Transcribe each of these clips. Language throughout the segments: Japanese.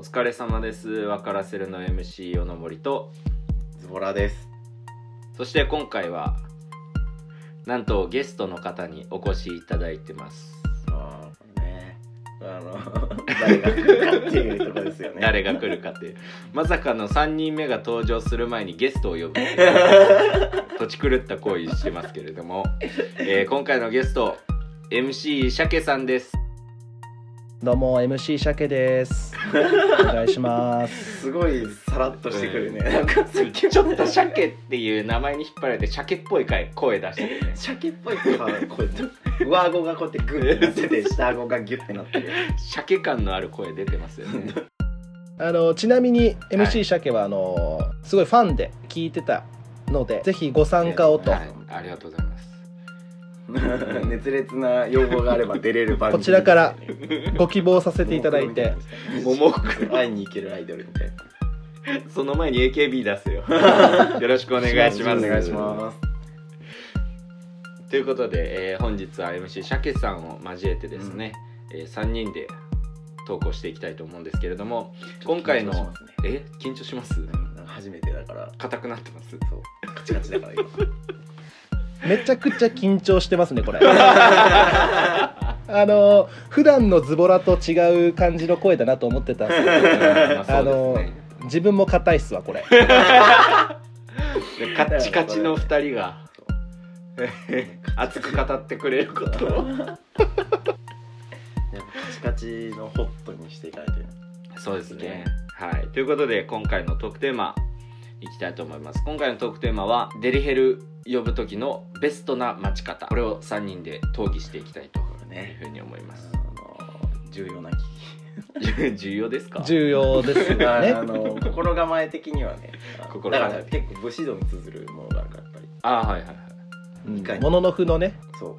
疲れ様です。わからせるの MC 小野森とズボラです。 そして今回はなんとゲストの方にお越しいただいてます。 誰が来るかっていうところですよね。 誰が来るかっていうまさかの3人目が登場する前にゲストを呼ぶ土地狂った行為してますけれども、今回のゲスト MC 鮭さんです。 どうも MC 鮭です。お願いします。 すごいさらっとしてくるね。なんかちょっと鮭っていう名前に引っ張られて鮭っぽい声出してるね。 鮭っぽい声上顎がこうやってグッてなってて下顎がギュッてなってる。 鮭感のある声出てますよね。 ちなみに MC 鮭はすごいファンで聞いてたので、ぜひご参加をと、 ありがとうございます。 熱烈な要望があれば出れる番組こちらからご希望させていただいて、 ももクロ会いに行けるアイドルみたいな。 その前に AKB 出すよ。よろしくお願いします。 お願いします。 ということで、本日は MC 鮭さんを交えてですね、3人で投稿していきたいと思うんですけれども、今回の緊張します？ 初めてだから硬くなってます。 そうカチカチだから今。 めちゃくちゃ緊張してますねこれ。普段のズボラと違う感じの声だなと思ってたんですけど、自分も硬いっすわこれ。 カッチカチの2人が熱く語ってくれることをカチカチのホットにしていかないと。 そうですね。はい。ということで今回のトークテーマいきたいと思います。今回のトークテーマはデリヘル呼ぶ時のベストな待ち方、これを3人で討議していきたいというふうに思います。 重要な重要ですか？ 重要ですよね。 心構え的にはね。 心構えだから結構武士道に通ずるものがあるからやっぱり。 はいはいはい。 もののふのね。 そう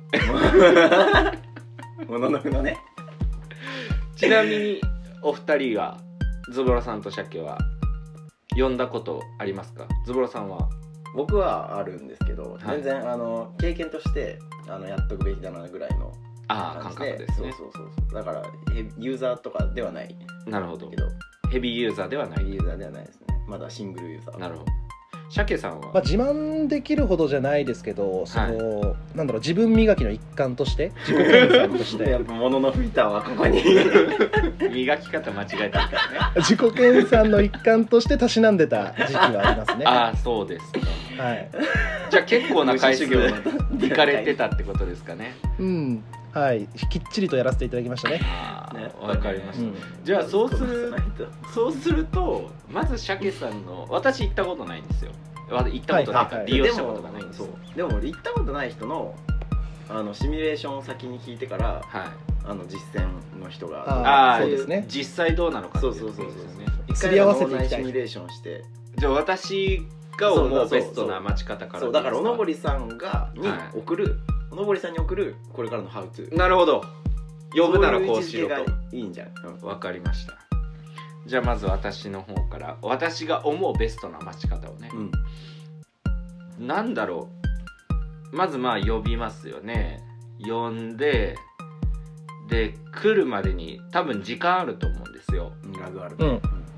。もののふのね。 ちなみにお二人はズボラさんと鮭は呼んだことありますか？ズボラさんは？ 僕はあるんですけど、全然経験としてやっとくべきだなぐらいの感覚ですね。 そうだからユーザーとかではない。 なるほど。 けどヘビーユーザーではない。 ユーザーではないですね。まだシングルユーザー。 なるほど。鮭さんは、 自慢できるほどじゃないですけど、なんだろう、自分磨きの一環として自己研鑽としてやっぱ物のフィルターはここに磨き方間違えたんですね。 自己研鑽の一環としてたしなんでた時期はありますね。 そうですか。 はい。 じゃあ結構な回数行かれてたってことですかね。 はい、きっちりとやらせていただきましたね。 わかりました。じゃあそうするとまず鮭さんの、私行ったことないんですよ。行ったことないから利用したことがないんですよ。 でも行ったことない人のシミュレーションを先に聞いてから、実践の人がそうですね。 実際どうなのかっていうところですね。 すり合わせていきたい。 シミュレーションして、 じゃあ私が思うベストな待ち方から。 そうだからおのぼりさんに送るおのぼりさんに送るこれからのハウトゥー。 なるほど。呼ぶならこうしろと。 いいんじゃん。 わかりました。じゃあまず私の方から私が思うベストな待ち方をね。なんだろう。まず呼びますよね。呼んで来るまでに多分時間あると思うんですよ。 ラグある。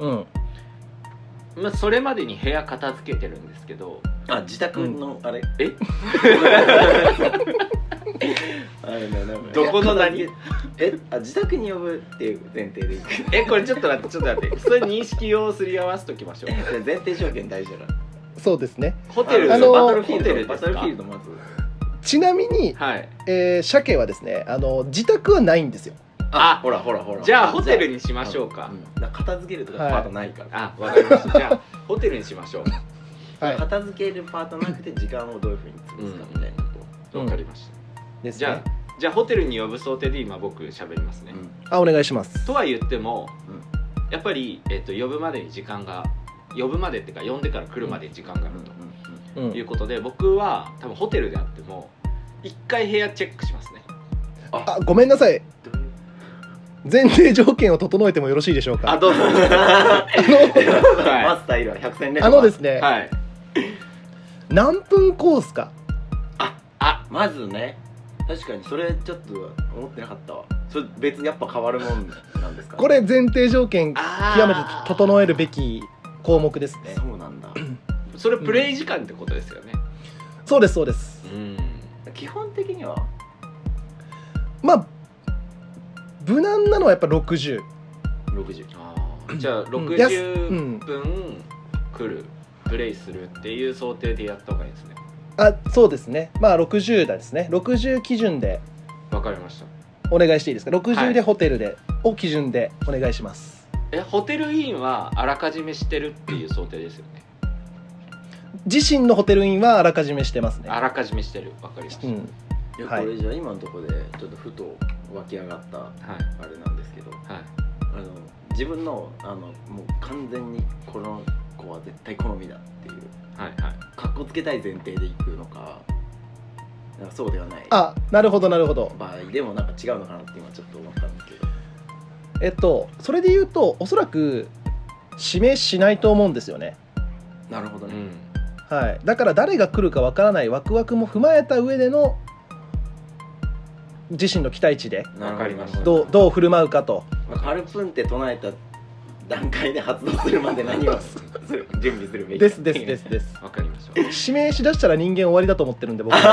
それまでに部屋片付けてるんですけど。 自宅のあれ。 どこの何？ 自宅に呼ぶっていう前提でいく。 これちょっと待って。それ認識をすり合わせときましょう。 前提条件大事だから。 そうですね。 ホテルバトルフィールドバトルフィールドまず。 ちなみに鮭はですね、自宅はないんですよ。 ほら。 じゃあホテルにしましょうか。 片付けるとかパートないから。 わかりました。じゃあホテルにしましょう。 片付けるパートなくて時間をどういう風に潰すかみたいな。 わかりました。 ですね。 じゃあホテルに呼ぶ想定で今僕喋りますね。 お願いします。 とは言っても、やっぱり呼ぶまでに時間が、呼ぶまでっていうか呼んでから来るまでに時間があるということで、僕は多分ホテルであっても一回部屋チェックしますね。 ごめんなさい。前提条件を整えてもよろしいでしょうか。 どうぞ。マスターいるわ。百戦錬磨。ですね。 はい。 何分コースか。 まずね。確かにそれちょっと思ってなかったわ。 それ別にやっぱ変わるもんなんですか？ これ前提条件極めて整えるべき項目ですね。 そうなんだ。 それプレイ時間ってことですよね。 そうですそうです。 基本的にはまあ無難なのはやっぱ60。 じゃあ60分来るプレイするっていう想定でやった方がいいですね。 そうですね。まあ60ですね。60基準で。 わかりました。 お願いしていいですか。60でホテルで、を基準でお願いします。 ホテルインはあらかじめしてるっていう想定ですよね。 自身のホテルインはあらかじめしてますね。 あらかじめしてる。わかりました。 いやこれじゃあ今のところでちょっとふと湧き上がったあれなんですけど、自分のもう完全にこの子は絶対好みだっていう、かっこつけたい前提でいくのか、なんかそうではない。 なるほどなるほど。 場合でもなんか違うのかなって今ちょっと思ったんですけど。それで言うとおそらく指名しないと思うんですよね。 なるほどね。 はい。だから誰が来るかわからないワクワクも踏まえた上での自身の期待値でどう振る舞うかと。 カルプンって唱えた段階で発動するまで何を準備するべきです。 わかりました。 指名しだしたら人間終わりだと思ってるんで僕は。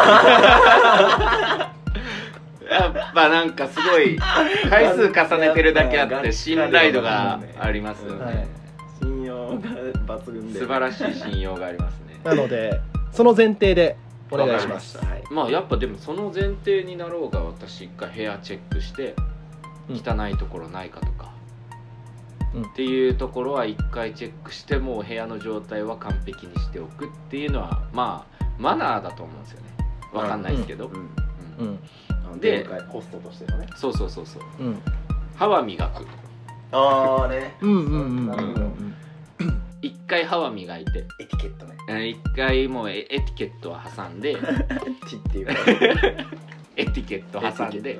やっぱなんかすごい回数重ねてるだけあって信頼度がありますよね。 信用が抜群で素晴らしい信用がありますね。 なのでその前提でお願いします。 まあやっぱでもその前提になろうが私一回部屋チェックして汚いところないかとか、っていうところは一回チェックしてもう部屋の状態は完璧にしておくっていうのはまあマナーだと思うんですよね。わかんないですけど。でホストとしてのね。 そう。歯は磨く。一回歯は磨いて。 エティケットね。 一回もうエティケットは挟んで。 エティケット挟んで。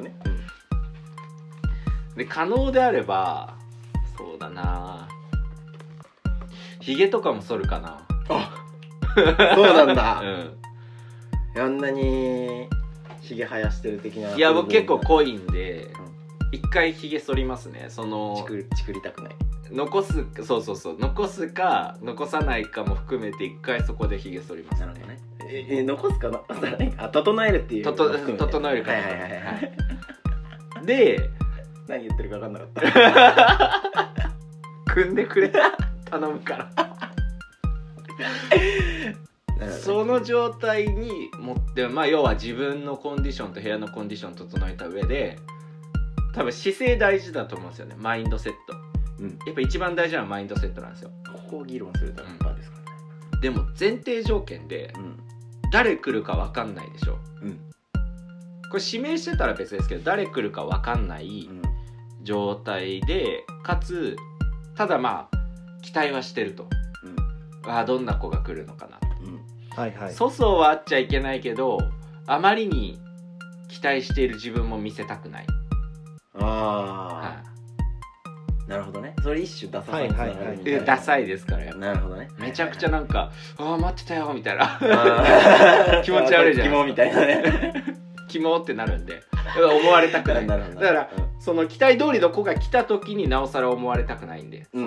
で可能であればそうだな。ヒゲとかも剃るかな。 そうなんだ。あんなにヒゲ生やしてる的な。 いや僕結構濃いんで一回ヒゲ剃りますね。 チクりたくない。 残す残すか残さないかも含めて一回そこでヒゲ剃りますね。 なるほどね。残すか残さないか整えるっていう。 整えるか。で何言ってるか分かんなかった。 組んでくれ頼むから。その状態に持って要は自分のコンディションと部屋のコンディション整えた上で多分姿勢大事だと思うんですよね。マインドセット、やっぱ一番大事なのはマインドセットなんですよ。 ここを議論するとやっぱですからね。 でも前提条件で、誰来るか分かんないでしょ、これ指名してたら別ですけど誰来るか分かんない状態でかつただ期待はしてると、どんな子が来るのかなと、粗相はあっちゃいけないけどあまりに期待している自分も見せたくない。 なるほどね。それ一種ダサさにつながるみたいな。 ダサいですからやっぱ。 なるほどね。 めちゃくちゃなんか待ってたよみたいな気持ち悪いじゃん。 キモみたいなね。 キモってなるんで思われたくない。だからその期待通りの子が来た時になおさら思われたくないんで。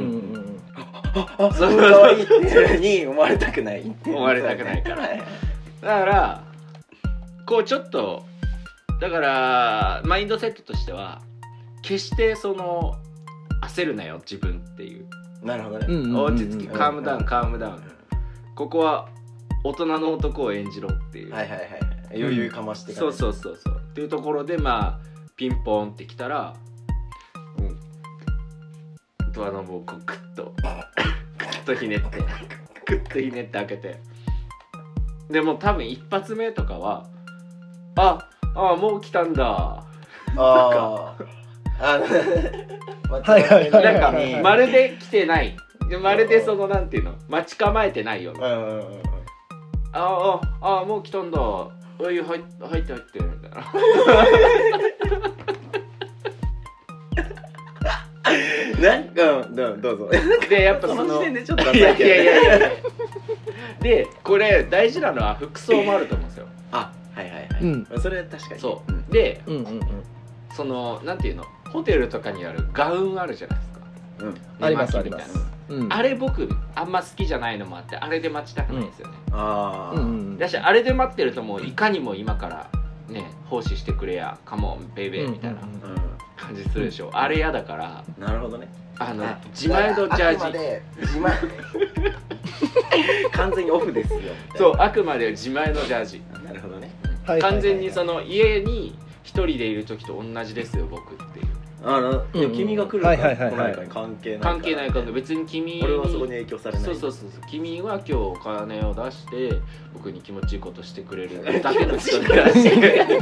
そういうってに思われたくない。 思われたくないから。だからこうちょっとだからマインドセットとしては決してその焦るなよ自分っていう。 なるほどね。 落ち着きカームダウンカームダウン。ここは大人の男を演じろっていう。 余裕かまして。 そうっていうところでピンポンってきたら、ドアノブをこうクッとひねって開けて、でも多分一発目とかはもう来たんだ。なんかまるで来てない。まるでそのなんていうの待ち構えてないような。もう来たんだ。おい入ってみたいな。 なんかどうぞ。 でやっぱその時点でちょっといやでこれ大事なのは服装もあると思うんですよ。 それは確かに。 そうでそのなんていうの、ホテルとかにあるガウンあるじゃないですか、 ありますあります、 あれ僕あんま好きじゃないのもあって、あれで待ちたくないんですよね、だしあれで待ってるともういかにも今からね奉仕してくれやカモンベイベーみたいな感じするでしょ、あれ嫌だから。 なるほどね。 自前のジャージ、 完全にオフですよ。 そう、あくまで自前のジャージ。 なるほどね。 完全にその家に一人でいる時と同じですよ僕っていう。 いや君が来るか来ないかに関係ないから、 関係ないから別に君に、 俺はそこに影響されない。 そう君は今日お金を出して僕に気持ちいいことしてくれるだけの人でらっしゃる。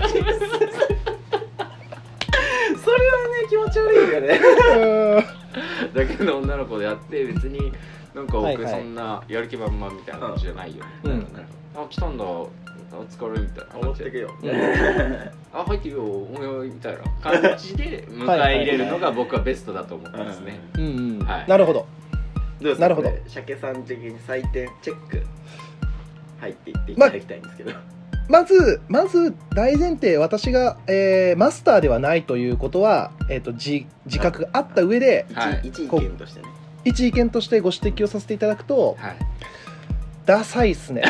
それはね気持ち悪いよね。 だけの女の子であって、別になんか僕そんなやる気満々みたいな感じじゃないよ。あ、来たんだ、お疲れみたいな。 思ってけよ。 あ、入っていいよ、お願いみたいな感じで迎え入れるのが僕はベストだと思ってますね。 なるほど。なるほど。 鮭さん的に採点チェック入っていっていただきたいんですけど。 まず大前提、私が、マスターではないということは、自覚があった上で、 一意見としてね、 一意見としてご指摘をさせていただくと、ダサいっすね。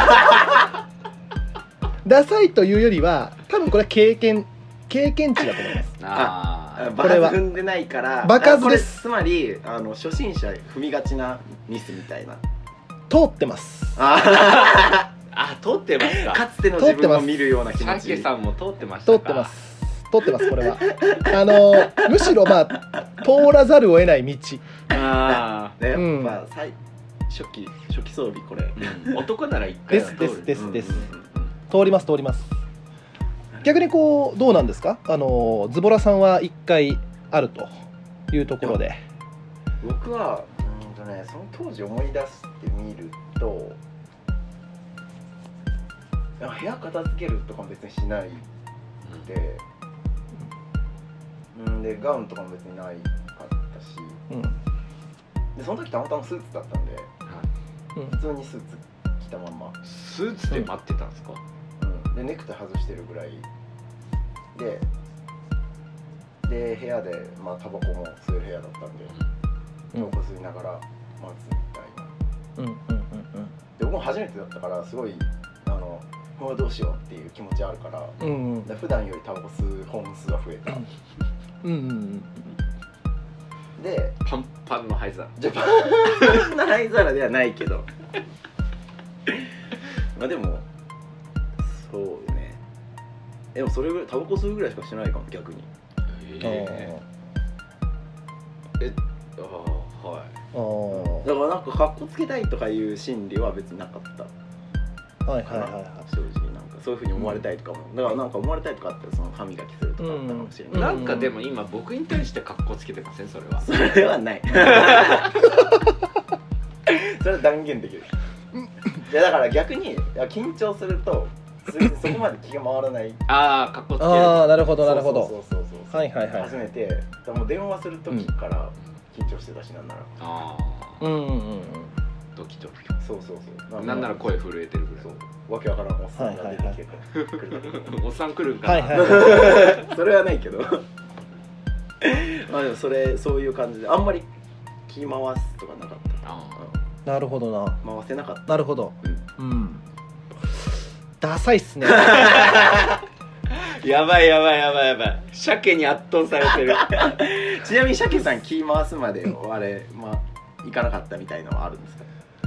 ダサいというよりは多分これは経験値だと思います。 これは踏んでないから場数です。 つまり初心者踏みがちなミスみたいな。 通ってます。 通ってますか。 かつての自分を見るような気持ち。 シャケさんも通ってましたか。 通ってますこれは。むしろ通らざるを得ない道。 初期装備これ。 男なら一回は通る。 です。通ります。逆にこうどうなんですか。ズボラさんは1回あるというところで。 僕はその当時思い出してみると。部屋片付けるとかも別にしないで、でガウンとかも別にないかったし、でその時たまたまスーツだったんで、普通にスーツ着たまんま。 スーツで待ってたんですか。 でネクタイ外してるぐらいで部屋でタバコも吸える部屋だったんで、タバコ吸いながら待つみたいな。で僕も初めてだったからすごいもうどうしようっていう気持ちあるから、普段よりタバコ吸う本数が増えた。でパンパンの灰皿。 パンの灰皿ではないけどでもそうね。でもそれぐらいタバコ吸うぐらいしかしてないかも逆に。だからなんかカッコつけたいとかいう心理は別になかった。正直なんかそういう風に思われたいとかも、だからなんか思われたいとかってその歯磨きするとかあったかもしれない。 なんかでも今僕に対して格好つけてません。それはないそれは断言できる。いやだから逆に緊張するとそこまで気が回らない。 格好つける。 なるほど。初めてもう電話する時から緊張してたし、なんならドキドキ。 そうなんなら声震えてるぐらい。 わけわからんおっさんが出てきてくる。 おっさん来るんかな。 それはないけど。でもそういう感じであんまり気回すとかなかった。 なるほどな。 回せなかった。 なるほど。ダサいっすね。 やばい。鮭に圧倒されてる。 ちなみに鮭さん気回すまでいかなかったみたいのはあるんですか。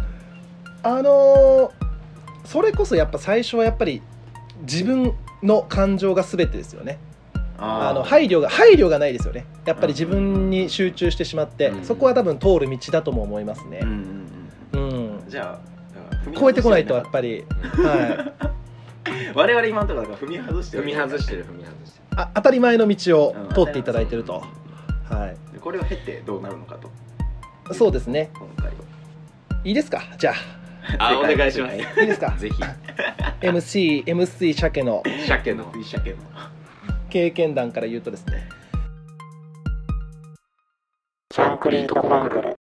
それこそやっぱ最初はやっぱり自分の感情が全てですよね。配慮がないですよね。やっぱり自分に集中してしまって、そこは多分通る道だとも思いますね。 じゃあ超えてこないとやっぱり、 我々今のところ踏み外してる。 当たり前の道を通っていただいてると。 これを経てどうなるのかと。 そうですね。 今回はいいですか。じゃあお願いします。 いいですか。 ぜひ MC 鮭の経験談から言うとですね、 コンクリートコングル